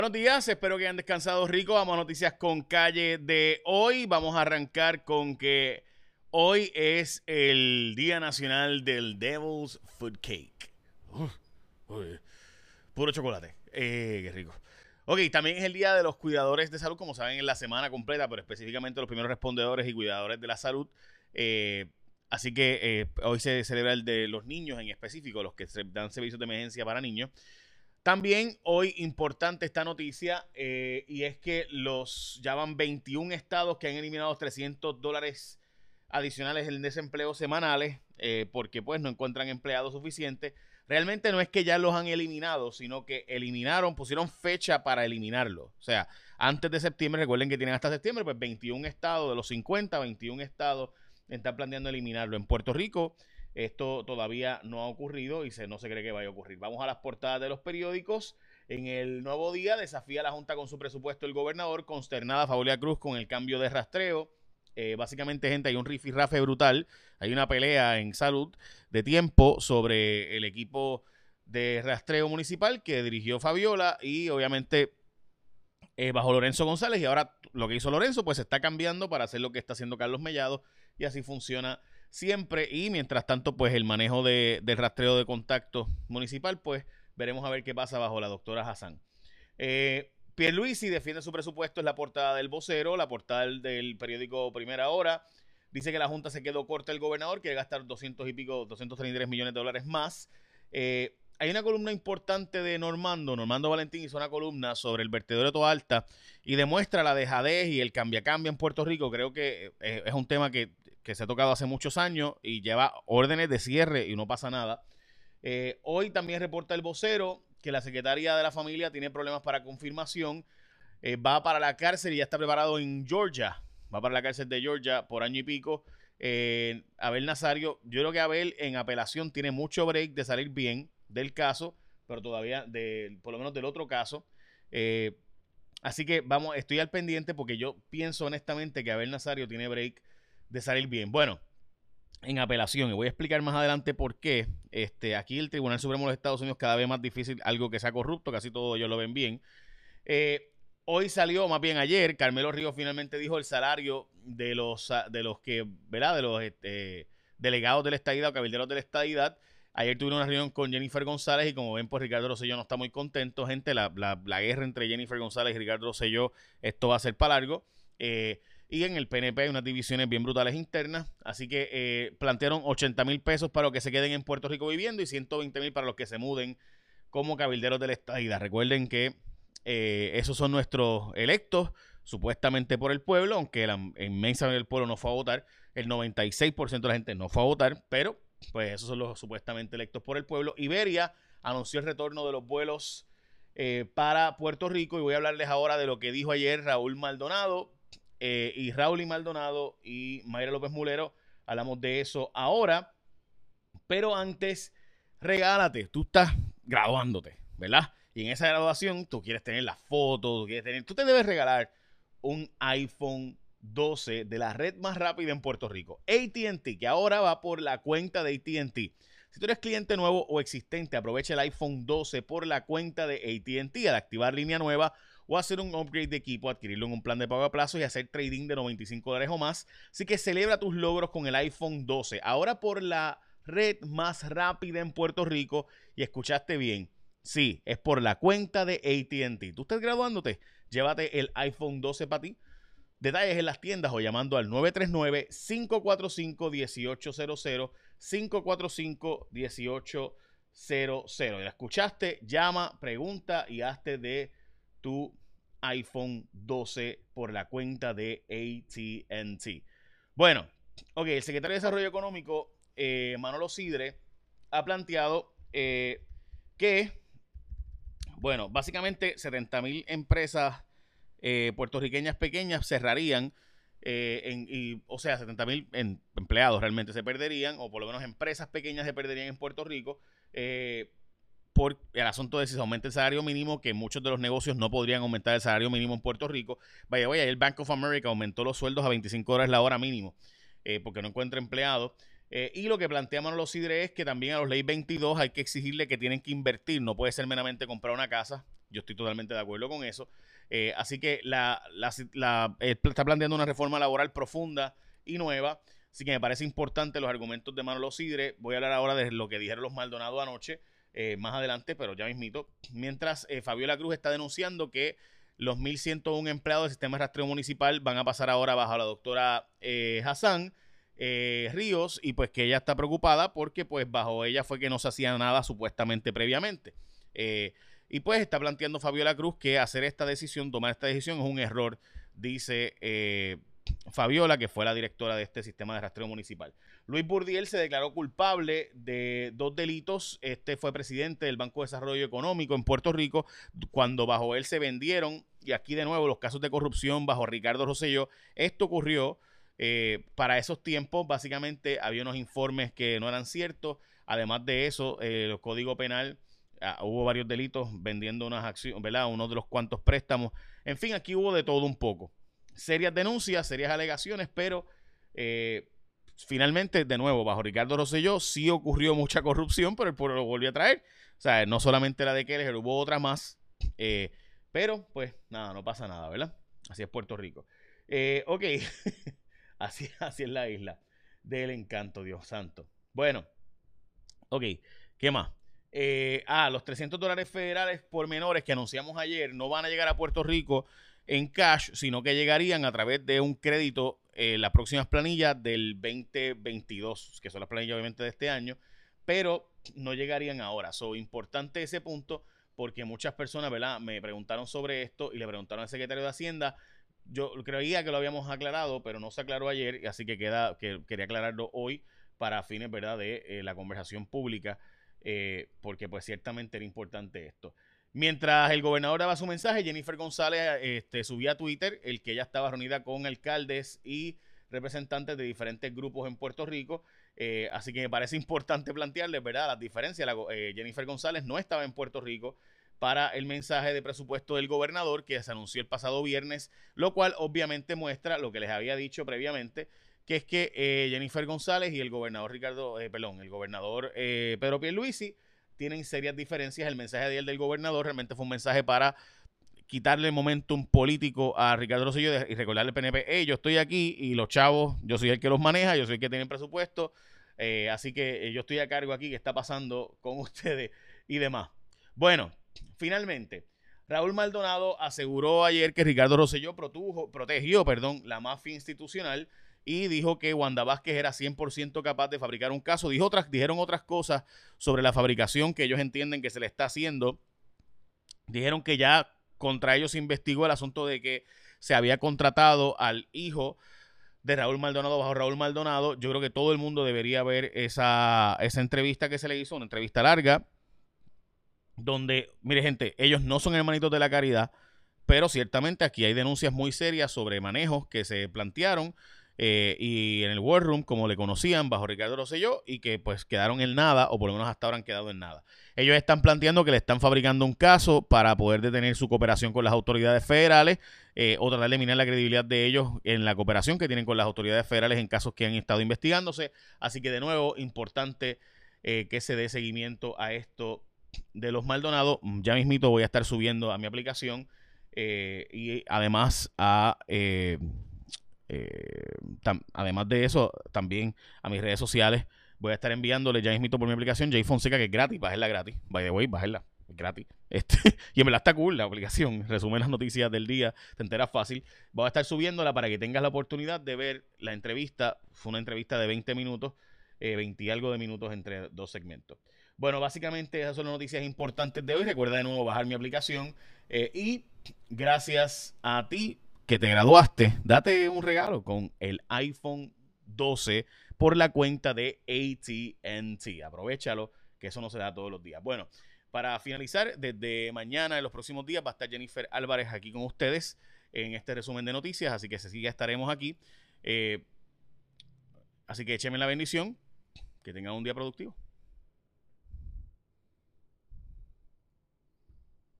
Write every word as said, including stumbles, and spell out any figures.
Buenos días, espero que hayan descansado rico. Vamos a noticias con calle de hoy. Vamos a arrancar con que hoy es el Día Nacional del Devil's Food Cake. Uf, uy, puro chocolate. Eh, qué rico. Ok, también es el Día de los Cuidadores de Salud, como saben, en la semana completa, pero específicamente los primeros respondedores y cuidadores de la salud. Eh, así que eh, hoy se celebra el de los niños en específico, los que dan servicios de emergencia para niños. También hoy importante esta noticia eh, y es que los ya van veintiún estados que han eliminado trescientos dólares adicionales en desempleo semanales eh, porque pues no encuentran empleados suficientes. Realmente no es que ya los han eliminado, sino que eliminaron, pusieron fecha para eliminarlo. O sea, antes de septiembre, recuerden que tienen hasta septiembre, pues veintiún estados de los cincuenta, veintiún estados están planteando eliminarlo. En Puerto Rico esto todavía no ha ocurrido y se, no se cree que vaya a ocurrir. Vamos a las portadas de los periódicos. En el Nuevo Día desafía a la Junta con su presupuesto el gobernador. Consternada Faulia Cruz con el cambio de rastreo. Eh, básicamente, gente, hay un rifirrafe brutal. Hay una pelea en salud de tiempo sobre el equipo de rastreo municipal que dirigió Fabiola y obviamente eh, bajo Lorenzo González. Y ahora lo que hizo Lorenzo pues se está cambiando para hacer lo que está haciendo Carlos Mellado y así funciona siempre. Y mientras tanto, pues el manejo de, del rastreo de contacto municipal, pues veremos a ver qué pasa bajo la doctora Hassan. Eh, Pierluisi defiende su presupuesto, es la portada del Vocero, la portada del, del periódico Primera Hora. Dice que la Junta se quedó corta el gobernador, quiere gastar doscientos y pico, doscientos treinta y tres millones de dólares más. Eh, hay una columna importante de Normando. Normando Valentín hizo una columna sobre el vertedero de Toa Alta y demuestra la dejadez y el cambia-cambia en Puerto Rico. Creo que eh, es un tema que que se ha tocado hace muchos años y lleva órdenes de cierre y no pasa nada. Eh, hoy también reporta el Vocero que la secretaria de la familia tiene problemas para confirmación. Eh, va para la cárcel y ya está preparado en Georgia. Va para la cárcel de Georgia por año y pico. Eh, Abel Nazario, yo creo que Abel en apelación tiene mucho break de salir bien del caso, pero todavía, de, por lo menos del otro caso. Eh, así que vamos, estoy al pendiente porque yo pienso honestamente que Abel Nazario tiene break de salir bien. Bueno, en apelación, y voy a explicar más adelante por qué. Este, aquí el Tribunal Supremo de los Estados Unidos cada vez más difícil algo que sea corrupto, casi todos ellos lo ven bien. Eh, hoy salió, más bien ayer, Carmelo Ríos finalmente dijo el salario de los, de los que, ¿verdad? De los este, delegados de la estadidad o cabilderos de la estadidad. Ayer tuvieron una reunión con Jennifer González y como ven, pues Ricardo Rosselló no está muy contento. Gente, la, la, la guerra entre Jennifer González y Ricardo Rosselló, esto va a ser para largo. Eh, Y en el P N P hay unas divisiones bien brutales internas. Así que eh, plantearon ochenta mil pesos para los que se queden en Puerto Rico viviendo y ciento veinte mil para los que se muden como cabilderos de la estadidad. Recuerden que eh, esos son nuestros electos, supuestamente por el pueblo, aunque la inmensa mayoría del pueblo no fue a votar. El noventa y seis por ciento de la gente no fue a votar, pero pues esos son los supuestamente electos por el pueblo. Iberia anunció el retorno de los vuelos eh, para Puerto Rico y voy a hablarles ahora de lo que dijo ayer Raúl Maldonado. Eh, y Raúl y Maldonado y Mayra López Mulero, hablamos de eso ahora, pero antes, regálate, tú estás graduándote, ¿verdad? Y en esa graduación tú quieres tener la foto, tú quieres tener, tú te debes regalar un iPhone doce de la red más rápida en Puerto Rico, A T and T, que ahora va por la cuenta de A T and T. Si tú eres cliente nuevo o existente, aprovecha el iPhone doce por la cuenta de A T and T al activar línea nueva o hacer un upgrade de equipo, adquirirlo en un plan de pago a plazo y hacer trading de noventa y cinco dólares o más. Así que celebra tus logros con el iPhone doce. Ahora por la red más rápida en Puerto Rico. Y escuchaste bien. Sí, es por la cuenta de A T and T. Tú estás graduándote, llévate el iPhone doce para ti. Detalles en las tiendas o llamando al nueve tres nueve, cinco cuatro cinco, uno ocho cero cero, cinco cuatro cinco, uno ocho cero cero. ¿Ya escuchaste? Llama, pregunta y hazte de tu iPhone doce por la cuenta de A T and T. Bueno, ok, el secretario de Desarrollo Económico, eh, Manolo Sidre, ha planteado eh, que, bueno, básicamente setenta mil empresas eh, puertorriqueñas pequeñas cerrarían, eh, en, y, o sea, setenta mil en, empleados realmente se perderían, o por lo menos empresas pequeñas se perderían en Puerto Rico, eh, por el asunto de si se aumenta el salario mínimo, que muchos de los negocios no podrían aumentar el salario mínimo en Puerto Rico. Vaya, vaya, el Bank of America aumentó los sueldos a veinticinco dólares la hora mínimo, eh, porque no encuentra empleados. Eh, y lo que plantea Manolo Sidre es que también a los ley veintidós hay que exigirle que tienen que invertir, no puede ser meramente comprar una casa. Yo estoy totalmente de acuerdo con eso. Eh, así que la, la, la eh, está planteando una reforma laboral profunda y nueva. Así que me parece importante los argumentos de Manolo Sidre. Voy a hablar ahora de lo que dijeron los Maldonado anoche, eh, más adelante, pero ya mismito. Mientras eh, Fabiola Cruz está denunciando que los mil ciento uno empleados del sistema de rastreo municipal van a pasar ahora bajo la doctora eh, Hassan eh, Ríos, y pues que ella está preocupada porque pues bajo ella fue que no se hacía nada supuestamente previamente. Eh, y pues está planteando Fabiola Cruz que hacer esta decisión, tomar esta decisión es un error, dice eh, Fabiola, que fue la directora de este sistema de rastreo municipal. Luis Burdiel se declaró culpable de dos delitos. Este fue presidente del Banco de Desarrollo Económico en Puerto Rico cuando bajo él se vendieron, y aquí de nuevo los casos de corrupción bajo Ricardo Rosselló. Esto ocurrió eh, para esos tiempos. Básicamente había unos informes que no eran ciertos. Además de eso, eh, el Código Penal, uh, hubo varios delitos vendiendo unas acciones, ¿verdad? Uno de los cuantos préstamos. En fin, aquí hubo de todo un poco. Serias denuncias, serias alegaciones, pero eh, finalmente, de nuevo, bajo Ricardo Rosselló sí ocurrió mucha corrupción, pero el pueblo lo volvió a traer. O sea, no solamente la de Keller, hubo otra más. Eh, pero, pues, nada, no pasa nada, ¿verdad? Así es Puerto Rico. Eh, ok, así, así es la isla del encanto, Dios santo. Bueno, ok, ¿qué más? Eh, ah, los trescientos dólares federales por menores que anunciamos ayer no van a llegar a Puerto Rico en cash, sino que llegarían a través de un crédito en eh, las próximas planillas del veinte veintidós, que son las planillas obviamente de este año, pero no llegarían ahora. So, importante ese punto, porque muchas personas, ¿verdad?, me preguntaron sobre esto y le preguntaron al secretario de Hacienda. Yo creía que lo habíamos aclarado, pero no se aclaró ayer, así que queda que quería aclararlo hoy para fines, ¿verdad?, de eh, la conversación pública, eh, porque pues ciertamente era importante esto. Mientras el gobernador daba su mensaje, Jennifer González este, subía a Twitter el que ella estaba reunida con alcaldes y representantes de diferentes grupos en Puerto Rico. Eh, así que me parece importante plantearles, ¿verdad?, las diferencias. La, eh, Jennifer González no estaba en Puerto Rico para el mensaje de presupuesto del gobernador que se anunció el pasado viernes, lo cual obviamente muestra lo que les había dicho previamente, que es que eh, Jennifer González y el gobernador Ricardo, eh, perdón, el gobernador eh, Pedro Pierluisi tienen serias diferencias. El mensaje de ayer del gobernador realmente fue un mensaje para quitarle el momentum político a Ricardo Rosselló y recordarle al P N P, hey, yo estoy aquí y los chavos, yo soy el que los maneja, yo soy el que tiene el presupuesto, eh, así que eh, yo estoy a cargo aquí, ¿qué está pasando con ustedes y demás? Bueno, finalmente, Raúl Maldonado aseguró ayer que Ricardo Rosselló protujo, protegió perdón, la mafia institucional y dijo que Wanda Vázquez era cien por ciento capaz de fabricar un caso. Dijo otras, dijeron otras cosas sobre la fabricación que ellos entienden que se le está haciendo. Dijeron que ya contra ellos se investigó el asunto de que se había contratado al hijo de Raúl Maldonado bajo Raúl Maldonado. Yo creo que todo el mundo debería ver esa, esa entrevista que se le hizo, una entrevista larga, donde, mire gente, ellos no son hermanitos de la caridad, pero ciertamente aquí hay denuncias muy serias sobre manejos que se plantearon eh, y en el War Room, como le conocían, bajo Ricardo Rosselló, y que pues quedaron en nada, o por lo menos hasta ahora han quedado en nada. Ellos están planteando que le están fabricando un caso para poder detener su cooperación con las autoridades federales eh, o tratar de eliminar la credibilidad de ellos en la cooperación que tienen con las autoridades federales en casos que han estado investigándose. Así que de nuevo, importante eh, que se dé seguimiento a esto de los Maldonado. Ya mismito voy a estar subiendo a mi aplicación eh, y además a eh, eh, tam, además de eso también a mis redes sociales voy a estar enviándole ya mismito por mi aplicación Jay Fonseca, que es gratis, bájenla gratis, by the way, bájenla, es gratis. Este, y en verdad está cool la aplicación, resume las noticias del día, te enteras fácil. Voy a estar subiéndola para que tengas la oportunidad de ver la entrevista. Fue una entrevista de veinte minutos, eh, veinte y algo de minutos entre dos segmentos. Bueno, básicamente esas son las noticias importantes de hoy. Recuerda de nuevo bajar mi aplicación eh, y gracias a ti que te graduaste, date un regalo con el iPhone doce por la cuenta de A T and T. Aprovechalo, que eso no se da todos los días. Bueno, para finalizar, desde mañana, en los próximos días, va a estar Jennifer Álvarez aquí con ustedes en este resumen de noticias, así que ya estaremos aquí. Eh, así que échenme la bendición, que tengan un día productivo.